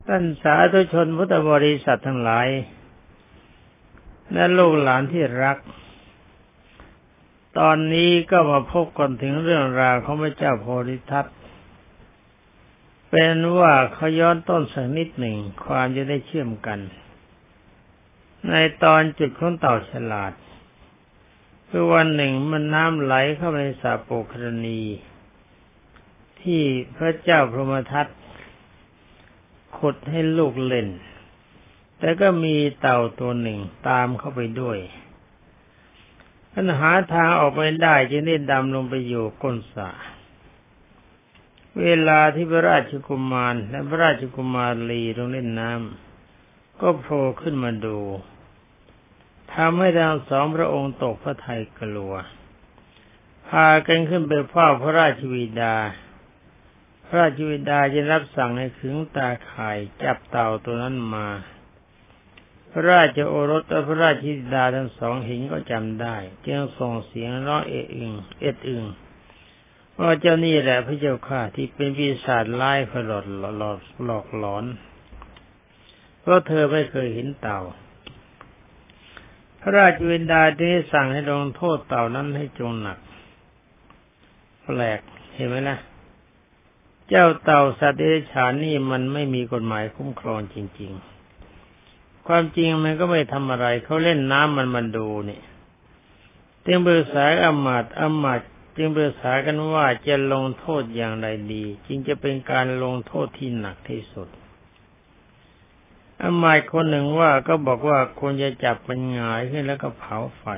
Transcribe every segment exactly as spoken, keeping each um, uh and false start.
ท่านสาธุชนพุทธบริษัททั้งหลายและลูกหลานที่รักตอนนี้ก็มาพบกันถึงเรื่องราวของพระเจ้าโพธิทัตเป็นว่าเขาย้อนต้นสักนิดหนึ่งความจะได้เชื่อมกันในตอนจุดของเต่าฉลาดคือวันหนึ่งมันน้ำไหลเข้าไปในสระโปกรณีที่พระเจ้าพรหมทัตขุดให้ลูกเล่นแต่ก็มีเต่าตัวหนึ่งตามเข้าไปด้วยปัญหาทางออกไม่ได้จึงได้ดำลงไปอยู่ก้นสระเวลาที่พระราชกุมารและพระราชกุมารีลงเล่นน้ำก็โผล่ขึ้นมาดูทำให้ทั้งสองพระองค์ตกพระทัยกลัวพากันขึ้นไปเฝ้าพระราชบิดาพระราชบิดาจะรับสั่งให้ขึงตาข่ายจับเต่าตัวนั้นมาพระราชโอรสและพระราชธิดาทั้งสองเห็นก็จำได้จึงส่งเสียงร้องเอะอึงเอ็ดอึงว่าเจ้านี่แหละพระเจ้าข้าที่เป็นปีศาจร้ายพลอดหลอกหลอกหลอนเพราะเธอไม่เคยเห็นเต่าพระราชบิดาได้สั่งให้ลงโทษเต่านั้นให้จงหนักแปลกเห็นไหมล่ะเจ้าเต่าสัตว์เดรัจฉานนี่มันไม่มีกฎหมายคุ้มครองจริงๆความจริงมันก็ไม่ทำอะไรเขาเล่นน้ำมันมันดูนี่จึงปรึกษาอมาตย์อมาตย์จึงปรึกษากันว่าจะลงโทษอย่างไรดีจึงจะเป็นการลงโทษที่หนักที่สุดอมาตย์คนหนึ่งว่าก็บอกว่าควรจะจับมันหงายขึ้นแล้วก็เผาไฟ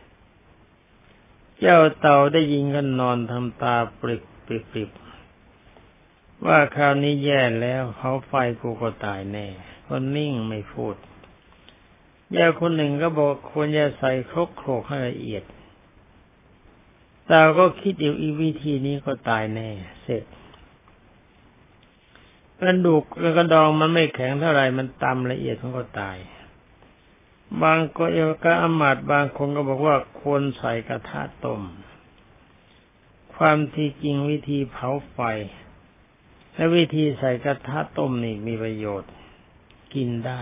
เจ้าเต่าได้ยินก็นอนทำตาปริบปริบปริบว่าคราวนี้แย่แล้วเผาไฟกูก็ตายแน่คนนิ่งไม่พูดยายคนหนึ่งก็บอกควรจะใส่ครกโขลกให้ละเอียดเต่าก็คิดอยู่อีกวิธีนี้ก็ตายแน่เสร็จกระดูกกระดองมันไม่แข็งเท่าไรมันตำละเอียดมันก็ตายบางก็เอวก็อมาตย์บางคนก็บอกว่าควรใส่กระทะต้มความที่จริงวิธีเผาไฟและวิธีใส่กระทะต้มนี่มีประโยชน์กินได้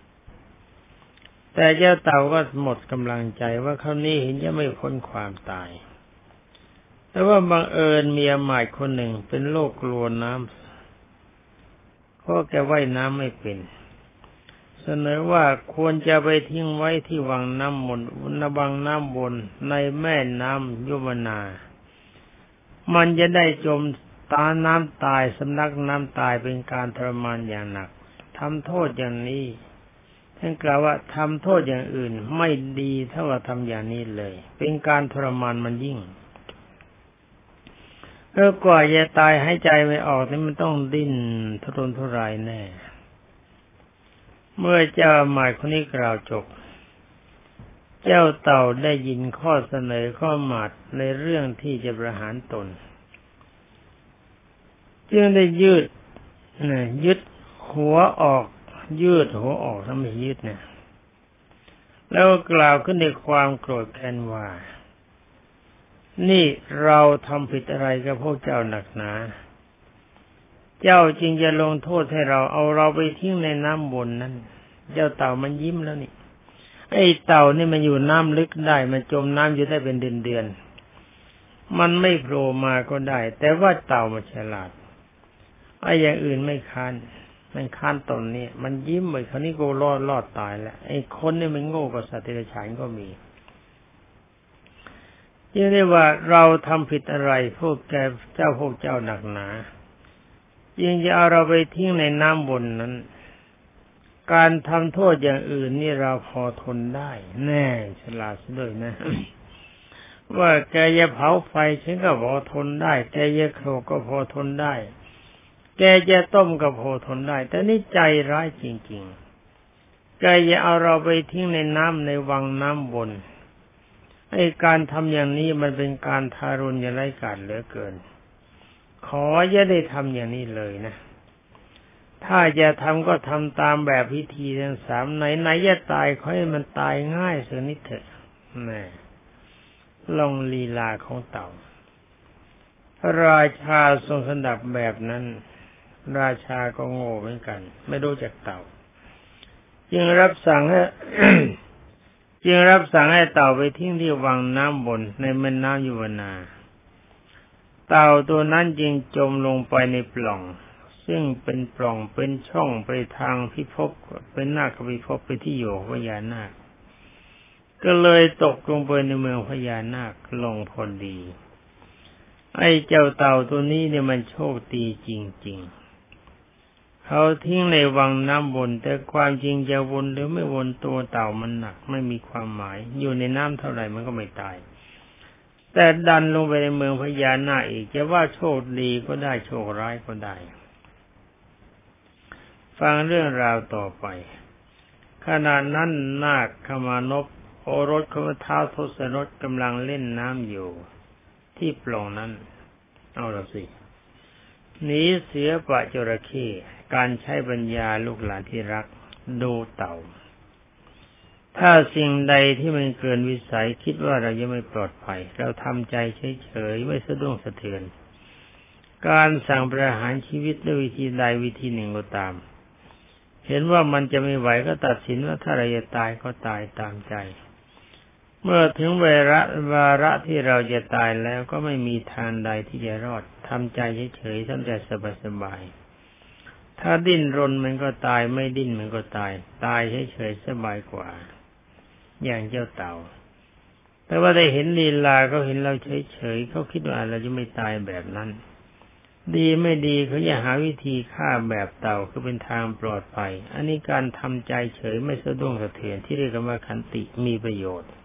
แต่เจ้าเต่าก็หมดกำลังใจว่าคราวนี้เห็นจะไม่พ้นความตายแต่ว่าบังเอิญมีอมาตย์คนหนึ่งเป็นโรคกลัวน้ำเพราะแกว่ายน้ำไม่เป็นเสนอว่าควรจะไปทิ้งไว้ที่วังน้ำมนต์นวังน้ำบนในแม่น้ำยมนามันจะได้จมตาน้ำตายสำลักน้ำตายเป็นการทรมานอย่างหนักทำโทษอย่างนี้ท่านกล่าวว่าทำโทษอย่างอื่นไม่ดีเท่ากับทำอย่างนี้เลยเป็นการทรมานมันยิ่งแล้วกว่าจะตายหายใจไม่ออกนี่มันต้องดิ้นทุรนทุรายแน่เมื่อเจ้าหมายคนนี้กล่าวจบเจ้าเต่าได้ยินข้อเสนอข้อหมาดในเรื่องที่จะประหารตนจึงได้ยืดนะยึดหัวออกยืดหัวออกถ้าไม่ยืดเนี่ยแล้วกล่าวขึ้นในความโกรธแค้นว่านี่เราทำผิดอะไรกับพวกเจ้าหนักหนาเจ้าจึงจะลงโทษให้เราเอาเราไปทิ้งในน้ำบนนั้นเจ้าเต่ามันยิ้มแล้วนี่ไอ้เต่านี่มันอยู่น้ำลึกได้มันจมน้ำอยู่ได้เป็นเดือนๆมันไม่โผล่มาก็ได้แต่ว่าเต่ามันฉลาดไอ้อย่างอื่นไม่ค้านมันค้านตนนี่มันยิ้มเหมือนคราวนี้กูรอดรอดตายแล้วไอ้คนนี่มันโง่กว่าสัตว์เดรัจฉานก็มีจึงได้ว่าเราทำผิดอะไรพวกแกเจ้าพวกเจ้าหนักหนายิ่งจะเอาเราไปทิ้งในน้ำบนนั้นการทำโทษอย่างอื่นนี่เราพอทนได้แน่ฉลาดซะด้วยนะ ว่าแกจะเผาไฟฉันก็พอทนได้แกจะโขลกก็พอทนได้แกจะต้มก็พอทนได้แต่นี่ใจร้ายจริงๆแกจะเอาเราไปทิ้งในน้ำในวังน้ำบนไอ้การทำอย่างนี้มันเป็นการทารุณอย่างไร้กาจเหลือเกินขออย่าได้ทำอย่างนี้เลยนะถ้าจะทำก็ทำตามแบบพิธีทั้งสามไหนไหนจะตายขอให้มันตายง่ายสักนิดเถอะแม่ลองลีลาของเต่าพระราชาทรงสดับแบบนั้นราชาก็โง่เหมือนกันไม่รู้จักเต่าจึงรับสั่งให้ จึงรับสั่งให้เต่าไปทิ้งที่วังน้ำบนในแม่น้ำยุวนาเต่าตัวนั้นจึงจมลงไปในปล่องซึ่งเป็นปล่องเป็นช่องไปทางพิภพเป็นนาคพิภพไปที่อยู่พญานาคก็เลยตกลงไปในเมืองพญานาคลงพอดีไอ้เจ้าเต่าตัวนี้เนี่ยมันโชคดีจริงๆเขาทิ้งในวังน้ำวนแต่ความจริงจะวนหรือไม่วนตัวเต่ามันหนักไม่มีความหมายอยู่ในน้ำเท่าไหร่มันก็ไม่ตายแต่ดันลงไปในเมืองพญานาคอีกจะว่าโชคดีก็ได้โชคร้ายก็ได้ฟังเรื่องราวต่อไปขณะนั้นนาคขมานพโอรสของท้าวทศรถกำลังเล่นน้ำอยู่ที่ปล่องนั้นเอาละสิหนีเสือปะจระเข้การใช้ปัญญาลูกหลานที่รักดูเต่าถ้าสิ่งใดที่มันเกินวิสัยคิดว่าเรายังไม่ปลอดภัยเราทำใจเฉยๆไม่สะดุ้งสะเทือนการสั่งประหารชีวิตด้วยวิธีใดวิธีหนึ่งก็ตามเห็นว่ามันจะไม่ไหวก็ตัดสินว่าถ้าเราจะตายก็ตายตามใจเมื่อถึงเวลาวาระที่เราจะตายแล้วก็ไม่มีทางใดที่จะรอดทำใจเฉยๆทำใจสบายๆถ้าดิ้นรนมันก็ตายไม่ดิ้นมันก็ตายตายเฉยๆสบายกว่าอย่างเจ้าเต่าแต่ว่าได้เห็นลีลาเขาเห็นเราเฉยๆเขาคิดว่าเราจะไม่ตายแบบนั้นดีไม่ดีเขาจะหาวิธีฆ่าแบบเต่าคือเป็นทางปลอดภัยอันนี้การทำใจเฉยไม่สะดุ้งสะเทือนที่เรียกว่าขันติมีประโยชน์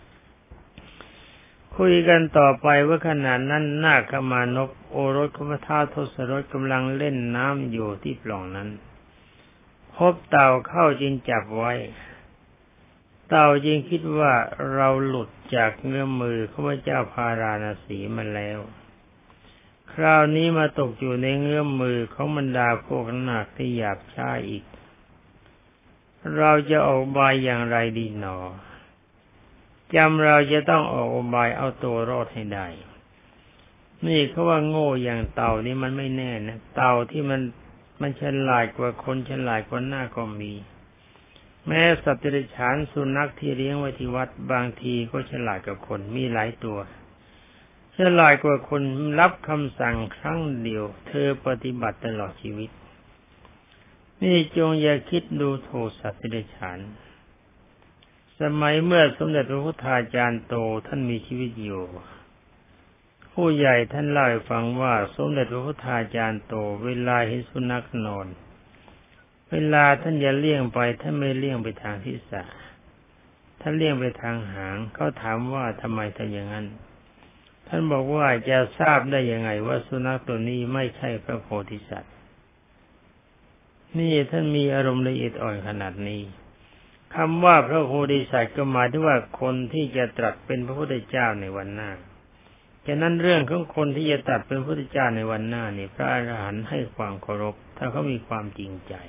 คุยกันต่อไปว่าขณะนั้นนาคมานพโอรสของพระท้าวทศรถกำลังเล่นน้ำอยู่ที่ปล่องนั้นพบเต่าเข้าจึงจับไว้เต่าจึงคิดว่าเราหลุดจากเงื้อมมือของพระเจ้าพาราณสีมาแล้วคราวนี้มาตกอยู่ในเงื้อมมือของบรรดาพวกนาคที่หยาบช้าอีกเราจะออกบายอย่างไรดีหนอจำเราจะต้องออกอุบายเอาตัวรอดให้ได้นี่เขาว่าโง่อย่างเต่านี่มันไม่แน่นะเต่าที่มันมันฉลาดกว่าคนฉลาดกว่าหน้าก็มีแม้สัตว์เดรัจฉานสุนัขที่เลี้ยงไว้ที่วัดบางทีก็ฉลาดกว่าคนมีหลายตัวฉลาดกว่าคนรับคำสั่งครั้งเดียวเธอปฏิบัติตลอดชีวิตนี่จงอย่าคิดดูถูกสัตว์เดรัจฉานสมัยเมื่อสมเด็จพระพุทธาจารย์โตท่านมีชีวิตอยู่ผู้ใหญ่ท่านเล่าให้ฟังว่าสมเด็จพระพุทธาจารย์โตเวลาเห็นสุนัขนอนเวลาท่านจะเลี่ยงไปท่านไม่เลี่ยงไปทางศีรษะท่านเลี่ยงไปทางหางเขาถามว่าทำไมท่านอย่างนั้นท่านบอกว่าจะทราบได้ยังไงว่าสุนัขตัวนี้ไม่ใช่พระโพธิสัตว์นี่ท่านมีอารมณ์ละเอียดอ่อนขนาดนี้คำว่าพระโพธิสัตว์ก็หมายถึงว่าคนที่จะตรัสเป็นพระพุทธเจ้าในวันหน้าฉะนั้นเรื่องของคนที่จะตรัสเป็นพระพุทธเจ้าในวันหน้านี่พระอรหันต์ให้ความเคารพถ้าเขามีความจริงใจ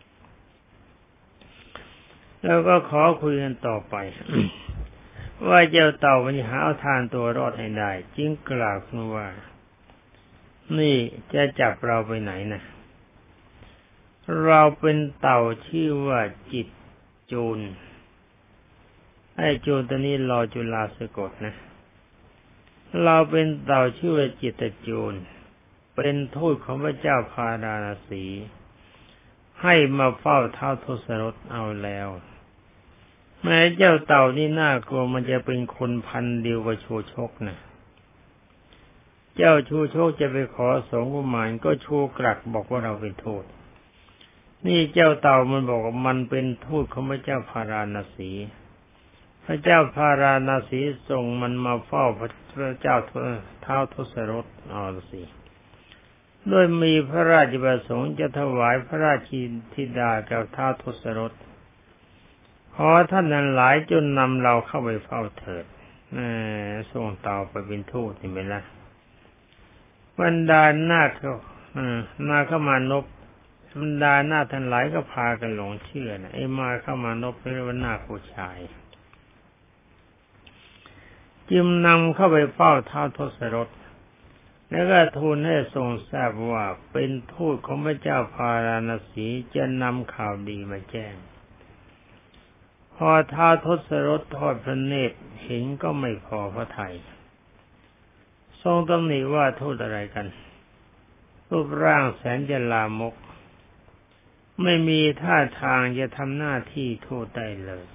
แล้วก็ขอคุยกันต่อไป ว่าเจ้าเต่ามันหาเอาทางตัวรอดให้ได้จึงกล่าวขึ้นว่านี่จะจับเราไปไหนนะเราเป็นเต่าชื่อว่าจิตจูนไอ้จูนตัวนี้รอจุฬาสะกดนะเราเป็นเต่าชื่อว่าจิตจูนเป็นทูตของพระเจ้าพาราณสีให้มาเฝ้าท้าวทศรถเอาแล้วแม้เจ้าเต่านี่น่ากลัวมันจะเป็นคนพันเดียวกับชูชกนะเจ้าชูชกจะไปขอสงฆ์กุมารก็ชูกลักบอกว่าเราเป็นทูตนี่เจ้าเต่ามันบอกว่ามันเป็นทูตของพระเจ้าพาราณสีพระเจ้าพาราณสีส่งมันมาเฝ้าพระเจ้าท้าวทศรถเอาสิโดยมีพระราชประสงค์จะถวายพระราชธิดาแก่ท้าวทศรถขอท่านนั้นหลายจนนำเราเข้าไปเฝ้าเถิดส่งเต่าไปเป็นทูตนี่เป็นละบรรดานาคเขานาคมานพบรรดานาคทั้งหลายก็พากันหลงเชื่อนะไอ้มาเข้ามานพเรียกว่านาคผู้ชายจึงนำเข้าไปเฝ้าท้าวทศรถแล้วก็ทูลให้ทรงทราบว่าเป็นทูตของพระเจ้าพาราณสีจะนำข่าวดีมาแจ้งพอท้าวทศรถทอดพระเนตรเห็นก็ไม่พอพระทัยทรงตำหนิว่าทูตอะไรกันรูปร่างแสนจะลามกไม่มีท่าทางจะทำหน้าที่ทูตได้เลย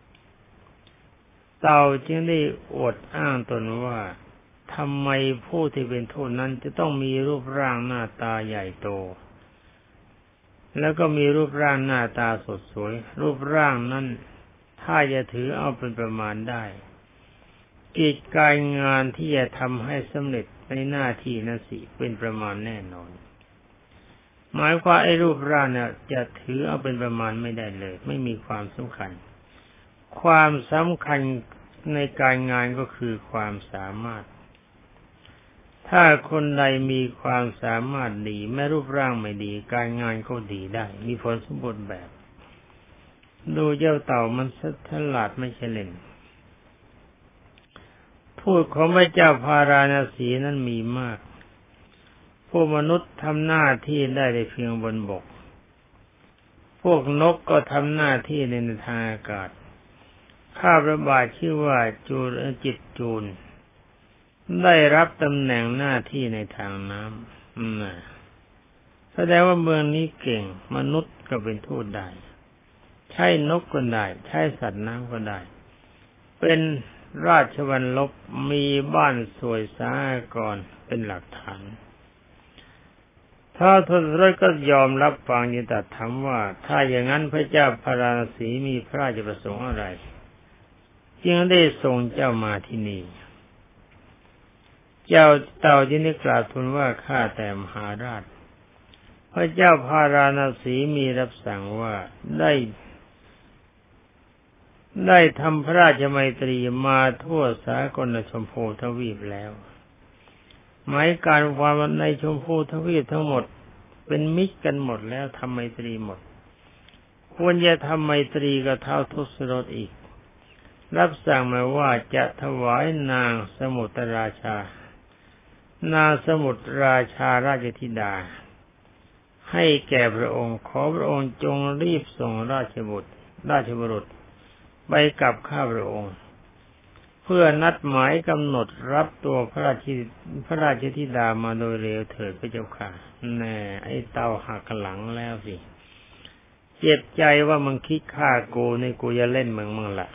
เต่าจึงได้อวดอ้างตนว่าทำไมผู้ที่เป็นทูตนั้นจะต้องมีรูปร่างหน้าตาใหญ่โตแล้วก็มีรูปร่างหน้าตาสดสวยรูปร่างนั้นถ้าจะถือเอาเป็นประมาณได้กิจการงานที่จะทำให้สำเร็จในหน้าที่นั้นสิเป็นประมาณแน่นอนหมายความไอ้รูปร่างเนี่ยจะถือเอาเป็นประมาณไม่ได้เลยไม่มีความสำคัญความสำคัญในการงานก็คือความสามารถถ้าคนใดมีความสามารถดีแม้รูปร่างไม่ดีการงานก็ดีได้มีผลสมบูรณ์แบบดูเจ้าเต่ามันฉลาดไม่ใช่เล่นทูตของพระเจ้าพาราณสีนั้นมีมากพวกมนุษย์ทำหน้าที่ได้แต่เพียงบนบกพวกนกก็ทำหน้าที่ในทางอากาศข้าพระบาทชื่อว่าจูลจิตจูลได้รับตำแหน่งหน้าที่ในทางน้ำนะแสดงว่าเมืองนี้เก่งมนุษย์ก็เป็นทูตได้ใช้นกก็ได้ใช้สัตว์น้ำก็ได้เป็นราชวัลลบมีบ้านสวยสะอาดก่อนเป็นหลักฐานท้าวทศรถก็ยอมรับฟังยินดีถามว่าถ้าอย่างนั้นพระเจ้าพาราณสีมีพระราชประสงค์อะไรจึงได้ส่งเจ้ามาที่นี่เจ้าเต่าจึงได้กราบทูลว่าข้าแต่มหาราชพระเจ้าพาราณสีมีรับสั่งว่าได้ได้ทำพระราชมัยตรีมาทั่วสากลชมพูทวีปแล้วหมายการความว่าในชมพูทวีปทั้งหมดเป็นมิตรกันหมดแล้วทำไมตรีหมดควรจะทำไมตรีกับท้าวทศรถอีกรับสั่งมาว่าจะถวายนางสมุทรราชานางสมุทรราชาราชธิดาให้แก่พระองค์ขอพระองค์จงรีบส่งราชบุตรราชบุรุษไปกับข้าพระองค์เพื่อนัดหมายกำหนดรับตัวพระราชพระราชธิดามาโดยเร็วเถิดพระเจ้าค่ะแน่ไอ้เต่าหักหลังแล้วสิเจ็บใจว่ามึงคิดฆ่ากูในกูจะเล่นมึงมั่งล่ะ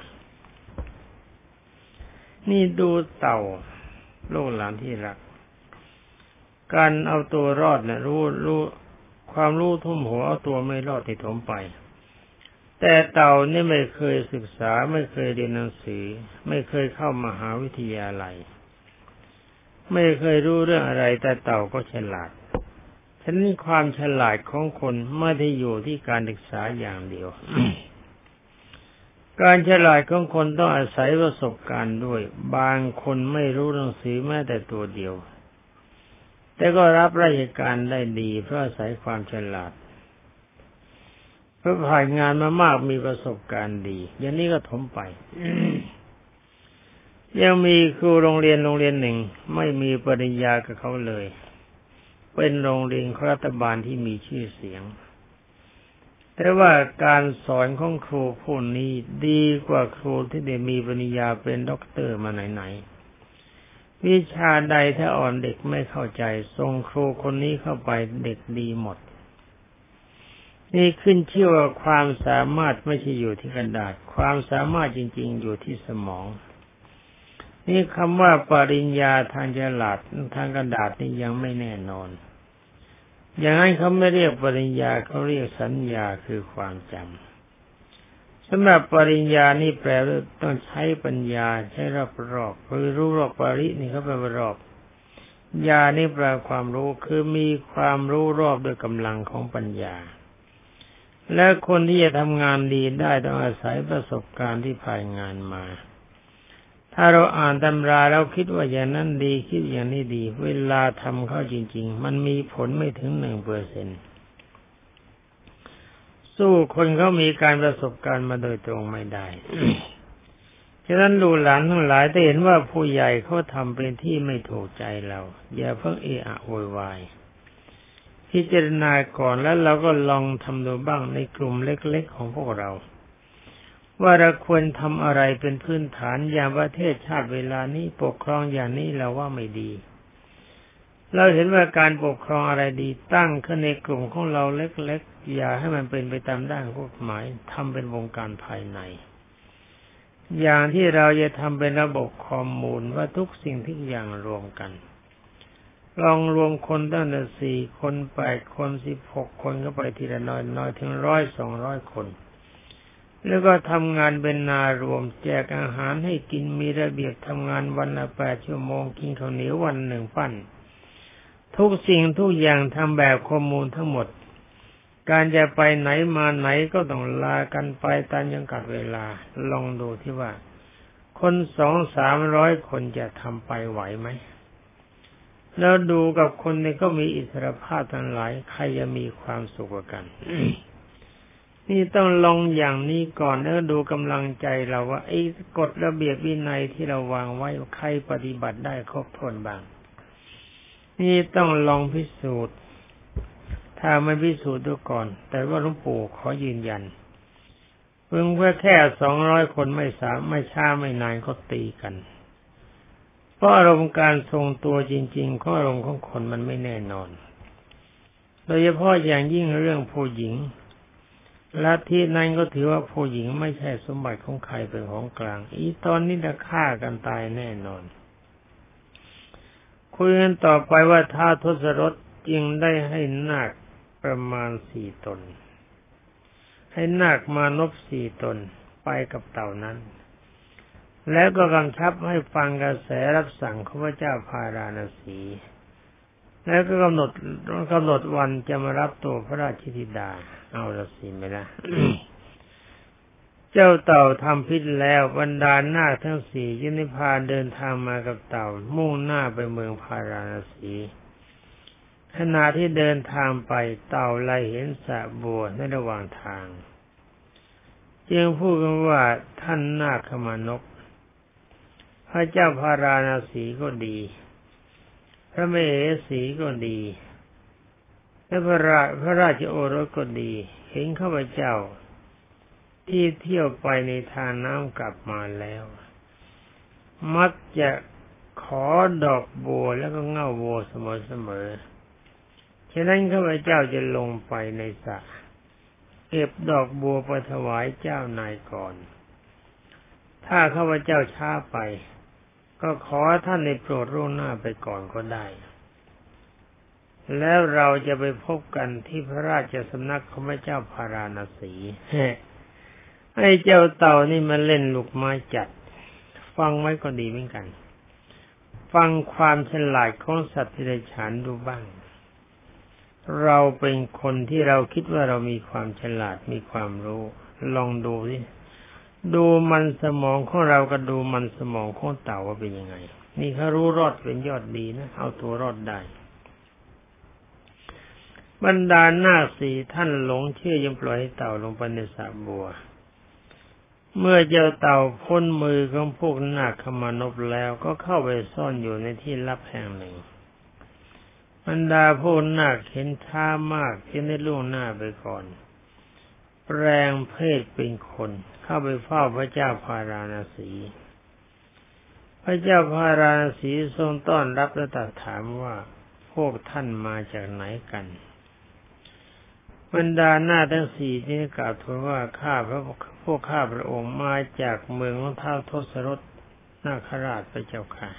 นี่ดูเต่าลูกหลานที่รักการเอาตัวรอดนะรู้รู้ความรู้ทุ่มหัวเอาตัวไม่รอดที่ถมไปแต่เต่านี่ไม่เคยศึกษาไม่เคยเรียนหนังสือไม่เคยเข้ามหาวิทยาลัยไม่เคยรู้เรื่องอะไรแต่เต่าก็ฉลาดฉะนั้นความฉลาดของคนไม่ได้อยู่ที่การศึกษาอย่างเดียว การฉลาดของคนต้องอาศัยประสบการณ์ด้วยบางคนไม่รู้หนังสือแม้แต่ตัวเดียวแต่ก็รับราชการได้ดีเพราะอาศัยความฉลาดเพราะผ่านงานมามากมีประสบการณ์ดีอย่างนี้ก็ถมไป ยังมีครูโรงเรียนโรงเรียนหนึ่งไม่มีปริญญากับเขาเลยเป็นโรงเรียนรัฐบาลที่มีชื่อเสียงแต่ว่าการสอนของครูผู้นี้ดีกว่าครูที่ได้มีปริญญาเป็นด็อกเตอร์มาไหนๆวิชาใดถ้าอ่อนเด็กไม่เข้าใจส่งครูคนนี้เข้าไปเด็กดีหมดนี่ขึ้นชื่อว่าความสามารถไม่ใช่อยู่ที่กระดาษความสามารถจริงๆอยู่ที่สมองนี่คำว่าปริญญาทางฉลาดทางกระดาษนี่ยังไม่แน่นอนอย่างนั้นเขาไม่เรียกปริญญาเขาเรียกสัญญาคือความจำสำหรับปริญญานี่แปลว่าต้องใช้ปัญญาใช้รอบๆคือรู้รอบปรินี่เขาแปลว่ารอบญานี่แปลความรู้คือมีความรู้รอบด้วยกำลังของปัญญาและคนที่จะทำงานดีได้ต้องอาศัยประสบการณ์ที่ผ่านงานมาถ้าเราอ่านตำราแล้วคิดว่าอย่างนั้นดีคิดอย่างนี้ดีเวลาทำเข้าจริงๆมันมีผลไม่ถึงหนึ่งเปอร์เซ็นต์สู้คนเขามีการประสบการณ์มาโดยตรงไม่ได้ฉะนั้นลูกหลานทั้งหลายได้เห็นว่าผู้ใหญ่เขาทำเป็นที่ไม่ถูกใจเราอย่าเพิ่งเอะอะโวยวายพิจารณาก่อนแล้วเราก็ลองทำดูบ้างในกลุ่มเล็กๆของพวกเราว่าเราควรทำอะไรเป็นพื้นฐานอย่างประเทศชาติเวลานี้ปกครองอย่างนี้เราว่าไม่ดีเราเห็นว่าการปกครองอะไรดีตั้งขึ้นในกลุ่มของเราเล็กๆอย่าให้มันเป็นไปตามด้านกฎหมายทำเป็นวงการภายในอย่างที่เราจะทำเป็นระบบข้อมูลว่าทุกสิ่งทุกอย่างรวมกันลองรวมคนตั้งแต่สี่คนแปดคนสิบหกคนก็ไปทีละน้อยน้อยถึงร้อยสองร้อยคนแล้วก็ทำงานเป็นนารวมแจกอาหารให้กินมีระเบียบทำงานวันละแปดชั่วโมงกินข้าวเหนียววันหนึ่งปั้นทุกสิ่งทุกอย่างทำแบบข้อมูลทั้งหมดการจะไปไหนมาไหนก็ต้องลากันไปตามจำกัดเวลาลองดูที่ว่าคนสองสามร้อยคนจะทำไปไหวไหมแล้วดูกับคนนี้ก็มีอิสรภาพทั้งหลายใครจะมีความสุขกว่ากัน นี่ต้องลองอย่างนี้ก่อนแล้วดูกำลังใจเราว่าไอ้กฎระเบียบวินัยที่เราวางไว้ใครปฏิบัติได้ครบถ้วนบ้างนี่ต้องลองพิสูจน์ถ้าไม่พิสูจน์ดูก่อนแต่ว่าหลวงปู่ขอยืนยันเพิ่งแค่แค่สองร้อยคนไม่สามไม่ช้าไม่นานก็ตีกันเพราะอารมณ์การทรงตัวจริงๆของอารมณ์ของคนมันไม่แน่นอนโดยเฉพาะอย่างยิ่งเรื่องผู้หญิงลัทธินั้นก็ถือว่าผู้หญิงไม่ใช่สมบัติของใครเป็นของกลางอีตอนนี้จะฆ่ากันตายแน่นอนคุยกันต่อไปว่าท้าวทศรถจึงได้ให้นาคประมาณสี่ตนให้นาคมานพสี่ตนไปกับเต่านั้นแล้วก็กำชับให้ฟังกระแสรับสั่งของพระเจ้าพาราณสีแล้วก็กำหนดกำหนดวันจะมารับตัวพระราชธิดาเอาละสิไหมล่ะ เจ้าเต่าทำพิษแล้วบรรดานาคทั้งสี่จึงได้พาเดินทางมากับเต่ามุ่งหน้าไปเมืองพาราณสีขณะที่เดินทางไปเต่าไล่เห็นสระบัวในระหว่างทางจึงพูดกันว่าท่านนาคมานพพระเจ้าพาราณสีก็ดีพระมเหสีก็ดีและพระราพระราชโอรสก็ดีเห็นข้าพเจ้าที่เที่ยวไปในทางน้ำกลับมาแล้วมักจะขอดอกบัวแล้วก็เง่าบัวเสมอๆฉะนั้นข้าพเจ้าจะลงไปในสระเก็บดอกบัวไปถวายเจ้านายก่อนถ้าข้าพเจ้าช้าไปก็ขอท่านในโปรดล่วงหน้าไปก่อนก็ได้แล้วเราจะไปพบกันที่พระราชสำนักของพระเจ้าพาราณสีไอ้เจ้าเต่านี่มันเล่นลูกไม้จัดฟังไว้ก็ดีเหมือนกันฟังความฉลาดของสัตว์ที่ได้ฉานดูบ้างเราเป็นคนที่เราคิดว่าเรามีความฉลาดมีความรู้ลองดูสิดูมันสมองของเราก็ดูมันสมองของเต่าว่าเป็นยังไงนี่เขารู้รอดเป็นยอดดีนะเอาตัวรอดได้บรรดานาคสี่ท่านหลงเชื่อยังปล่อยให้เต่าลงไปในสระบัวเมื่อเจ้าเต่าพ้นมือของพวกนาคมานพแล้วก็เข้าไปซ่อนอยู่ในที่ลับแห่งหนึ่งบรรดาพวกนาคเห็นช้ามากจึงได้ล่วงหน้าไปก่อนแปลงเพศเป็นคนเข้าไปเฝ้าพระเจ้าพาราณสีพระเจ้าพาราณสีทรงต้อนรับและตรัสถามว่าพวกท่านมาจากไหนกันบรรดาหน้าทั้งสี่ที่กล่าวทูลว่าข้าพระพวกข้าพระองค์มาจากเมืองของท้าวทศรถนาคราชพระเจ้าค่ะ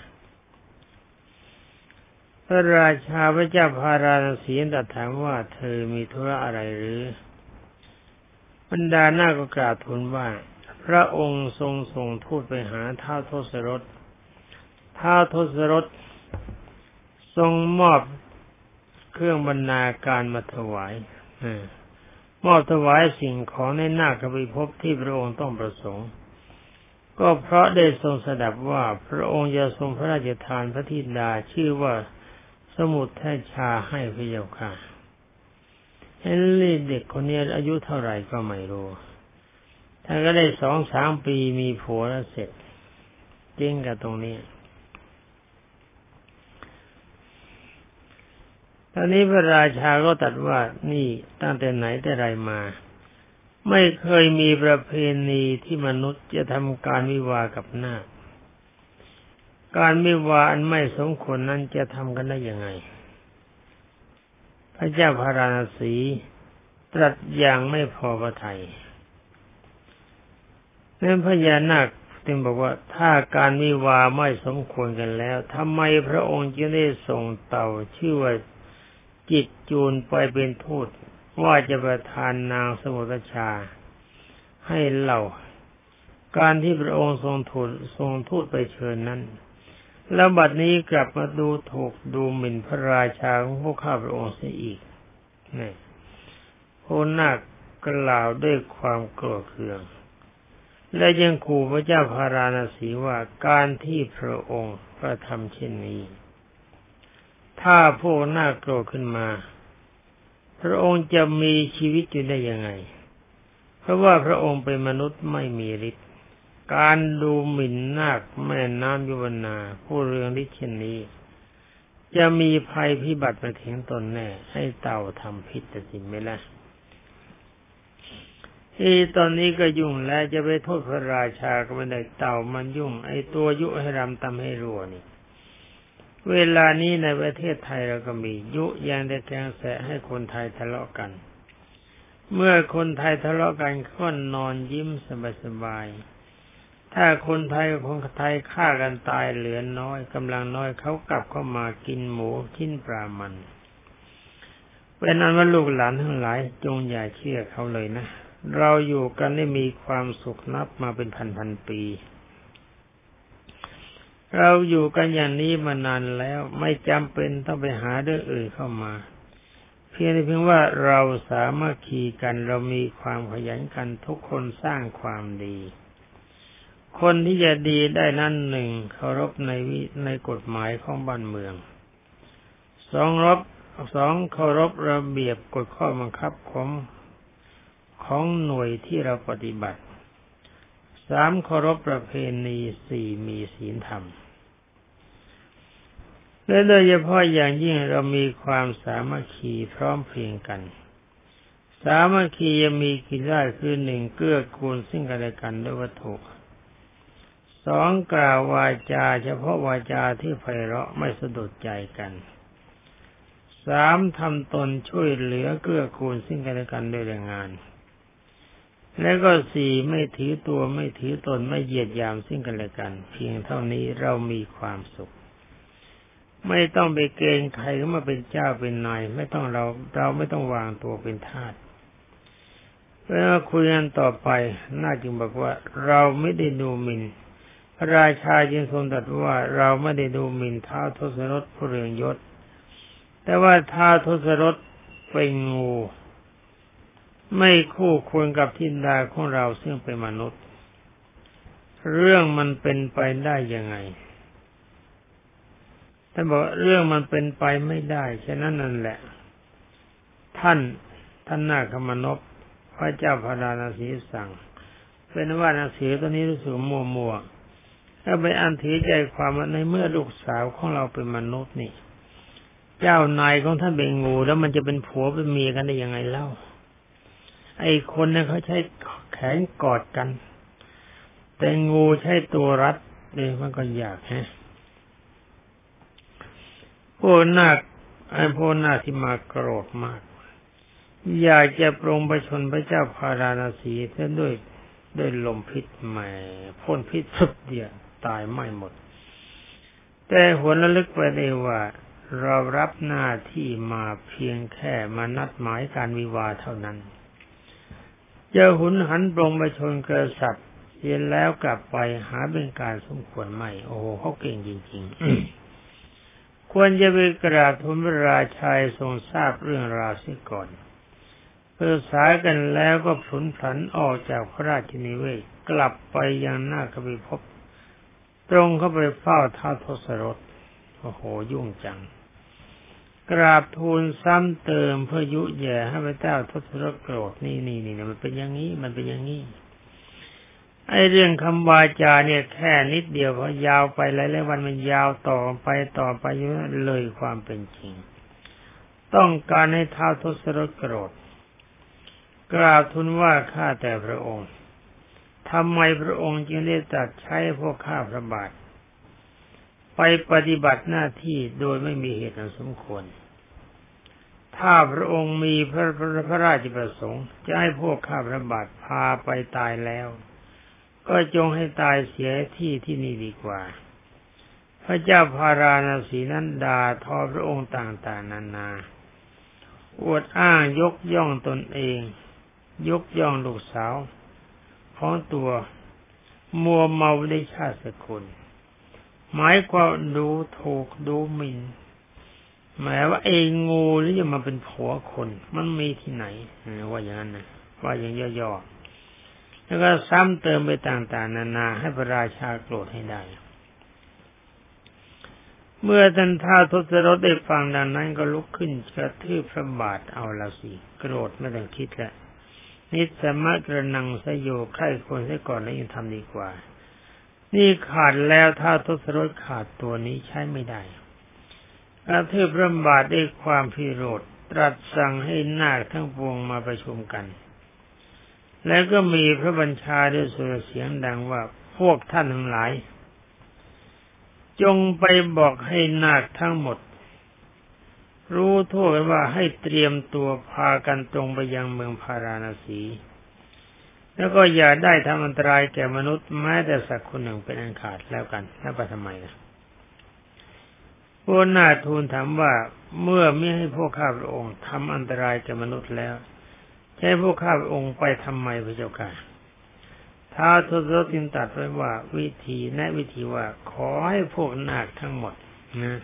พระราชาพระเจ้าพาราณสีตรัสถามว่าเธอมีธุระอะไรหรือบรรดาหน้าก็กล่าวทูลว่าพระองค์ทรงส่งทูตไปหาท้าวทศรถท้าวทศรถทรงมอบเครื่องบรรณาการมาถวายมอบถวายสิ่งของในนาคภิภพที่พระองค์ต้องประสงค์ก็เพราะได้ทรงสดับว่าพระองค์จะทรงพระราชทานพระธิดาชื่อว่าสมุทรชาให้พระเจ้าค่ะเฮนรี่เด็กคนนี้อายุเท่าไหร่ก็ไม่รู้ท่านก็ได้สองสามปีมีผัวแล้วเสร็จจริงกับตรงนี้ตอนนี้พระราชาก็ตรัสว่านี่ตั้งแต่ไหนแต่ไรมาไม่เคยมีประเพณีที่มนุษย์จะทำการวิวาห์กับนาคการวิวาห์อันไม่สมควรนั้นจะทำกันได้ยังไงพระเจ้าพาราณสีตรัสอย่างไม่พอพระทัยนั้นพญานาคจึงบอกว่าถ้าการวิวาห์ไม่สมควรกันแล้วทำไมพระองค์จึงได้ส่งเต่าชื่อว่าจิตจูนไปเป็นทูตว่าจะประทานนางสมุทรชาให้เล่าการที่พระองค์ทรงทูตทรงทูตไปเชิญนั้นแล้วบัดนี้กลับมาดูถูกดูหมิ่นพระราชาของพวกข้าพระองค์เสียอีกนี่โพนาคกล่าวด้วยความโกรธเคืองและยังขู่พระเจ้าพาราณสีว่าการที่พระองค์กระทำเช่นนี้ถ้าพวกนาคโกรธขึ้นมาพระองค์จะมีชีวิตอยู่ได้ยังไงเพราะว่าพระองค์เป็นมนุษย์ไม่มีฤทธิ์การดูหมิ่นนาคแม่น้ำยุวนาผู้เรืองฤทธิ์เช่นนี้จะมีภัยพิบัติมาถึงตนแน่ให้เต่าทำพิษแต่สิไม่ละที่ตอนนี้ก็ยุ่งแล้วจะไปโทษพระราชาก็ไม่ได้เต่ามันยุ่งไอ้ตัวยุให้รำตำให้รัวนี่เวลานี้ในประเทศไทยเราก็มียุยังได้แกงแสะให้คนไทยทะเลาะกันเมื่อคนไทยทะเลาะกันก็นอนยิ้มสบายๆถ้าคนไทยกับคนไทยฆ่ากันตายเหลือน้อยกำลังน้อยเขากลับเข้ามากินหมูชิ้นปลามันเป็นอันว่าลูกหลานทั้งหลายจงอย่าเชื่อเขาเลยนะเราอยู่กันได้มีความสุขนับมาเป็นพันๆปีเราอยู่กันอย่างนี้มานานแล้วไม่จำเป็นต้องไปหาเรื่องอื่นเข้ามาเพียงแต่เพียงว่าเราสามัคคีกันเรามีความขยันกันทุกคนสร้างความดีคนที่จะดีได้นั่นหนึ่งเคารพในวิในกฎหมายของบ้านเมืองสองรบสองเคารพระเบียบกฎข้อบังคับของของหน่วยที่เราปฏิบัติสามเคารพประเพณีสี่มีศีลธรรมและโดยเฉพาะอย่างยิ่งเรามีความสามัคคีพร้อมเพรียงกันสามัคคีจะมีกิจได้คือหนึ่งเกื้อกูลซึ่งกันและกันด้วยวัตถุสองกล่าววาจาเฉพาะวาจาที่ไพเราะไม่สะดุดใจกันสามทำตนช่วยเหลือเกื้อกูลซึ่งกันและกันด้วยแรงงานแล้วก็สี่ไม่ถือตัวไม่ถือตนไม่เหยียดหยามซึ่งกันและกันเพียงเท่านี้เรามีความสุขไม่ต้องไปเกณฑ์ใครเข้ามาเป็นเจ้าเป็นนายไม่ต้องเราเราไม่ต้องวางตัวเป็นทาสเมื่อคุยกันต่อไปน่าจึงบอกว่าเราไม่ได้ดูหมิ่นพระราชาจึงทรงตรัสว่าเราไม่ได้ดูหมิ่นท้าวทศรถผู้เรืองยศแต่ว่าท้าวทศรถเป็นงูไม่คู่ควรกับทิดาของเราซึ่งเป็นมนุษย์เรื่องมันเป็นไปได้ยังไงท่านบอกเรื่องมันเป็นไปไม่ได้ฉะนั้นนั่นแหละท่านท่านนาคมนพพระเจ้าพาราณสีสั่งเป็นว่าหนังสือตัวนี้รู้สึกมัวๆถ้าไปอ่านถือใจความว่าในเมื่อลูกสาวของเราเป็นมนุษย์นี่เจ้านายของท่านเป็นงูแล้วมันจะเป็นผัวเป็นเมียกันได้ยังไงเล่าไอ้คนเนี่ยเขาใช้แขนกอดกันแต่งูใช้ตัวรัดเนี่ยมันก็ยากฮะพวกนาคไอ้พวกนาคที่มาโกรธมากอยากจะปรงประชนพระเจ้าพาราณสีเส้นด้วยด้วยลมพิษใหม่พ่นพิษสุดเดียวตายไม่หมดแต่หวนระลึกไปได้ว่าเรารับหน้าที่มาเพียงแค่มานัดหมายการวิวาห์เท่านั้นจะหุนหันปรงประชนกษัตริย์เสียแล้วกลับไปหาเป็นการสมควรไม่โอ้โหเขาเก่งจริงๆ ควรจะไปกราบทูลพระราชาทรงทราบเรื่องราวเสียก่อนปรึกษากันแล้วก็พลุนพลันออกจากพระราชนิเวศกลับไปยังนาคบิภพตรงเข้าไปเฝ้าท้าวทศรถโอ้โหยุ่งจังกราบทูลซ้ำเติมเพื่อยุแย่ให้พระเจ้าทศรถโกรธนี่นี่นี่มันเป็นอย่างนี้มันเป็นอย่างนี้ไอ้เรื่องคำวาจาเนี่ยแค่นิดเดียวพอยาวไปหลายๆวันมันยาวต่อไปต่อไปอยู่เลยความเป็นจริงต้องการให้ท้าวทศรถโกรธกราบทูลว่าข้าแต่พระองค์ทำไมพระองค์จึงได้ตรัสใช้พวกข้าพระบาทไปปฏิบัติหน้าที่โดยไม่มีเหตุอันสมควรถ้าพระองค์มีพระพระราชประสงค์จะให้พวกข้าพระบาทพาไปตายแล้วก็จงให้ตายเสียที่ที่นี่ดีกว่าพระเจ้าพาราณสีนั้นด่าทอพระองค์ต่างๆนานาอวดอ้างยกย่องตนเองยกย่องลูกสาวของตัวมัวเมาในชาติสกุลหมายความดูถูกดูหมิ่นหมายว่าเองงูหรือจะมาเป็นผัวคนมันมีที่ไหนว่าอย่างนั้นนะว่าอย่างย่อๆแล้วก็ซ้ำเติมไปต่างๆนานาให้พระราชาโกรธให้ได้เมื่อท่านท้าวทศรถได้ฟังดังนั้นก็ลุกขึ้นกระทืบพระบาทเอาละสิโกรธไม่ต้องคิดแล้วนิสมะกระนังสยโยใคร่ควรเสียก่อนแล้วยังทำดีกว่านี่ขาดแล้วท้าวทศรถขาดตัวนี้ใช้ไม่ได้กระทืบพระบาทด้วยความพิโรธตรัสสั่งให้นาคทั้งปวงมาประชุมกันแล้วก็มีพระบัญชาด้วยสุรเสียงดังว่าพวกท่านทั้งหลายจงไปบอกให้นาคทั้งหมดรู้ทั่วกันว่าให้เตรียมตัวพากันตรงไปยังเมืองพาราณสีแล้วก็อย่าได้ทำอันตรายแก่มนุษย์แม้แต่สักคนหนึ่งเป็นอันขาดแล้วกันแล้วไปทำไมล่ะพวกนาคทูลถามว่าเมื่อไม่ให้พวกข้าพระองค์ทำอันตรายแก่มนุษย์แล้วใช้พวกข้าพระองค์ไปทำไมพระเจ้าค่ะท้าวทศรถจึงตรัสไว้ว่าวิธีแนะวิธีว่าขอให้พวกนาคทั้งหมดนะ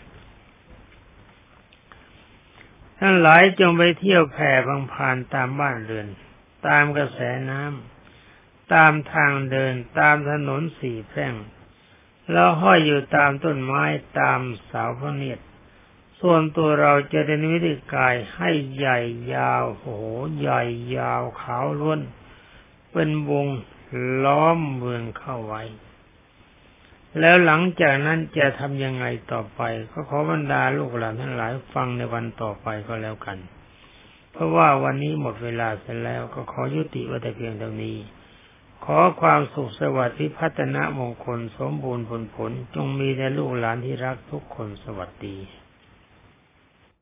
ทั้งหลายจงไปเที่ยวแผ่พังพานตามบ้านเรือนตามกระแสน้ำตามทางเดินตามถนนสี่แพร่งแล้วห้อยอยู่ตามต้นไม้ตามเสาพระเนตรส่วนตัวเราจะได้นิมิตกายให้ใหญ่ยาวโหใหญ่ยาวขาวล้วนเป็นวงล้อมเมืองเข้าไว้แล้วหลังจากนั้นจะทำยังไงต่อไปก็ขอบรรดาลูกหลานทั้งหลายฟังในวันต่อไปก็แล้วกันเพราะว่าวันนี้หมดเวลาเสร็จแล้วก็ขอยุติไว้แต่เพียงเท่านี้ขอความสุขสวัสดิ์พิพัฒนมงคลสมบูรณ์ผลผลจงมีแด่ลูกหลานที่รักทุกคนสวัสดี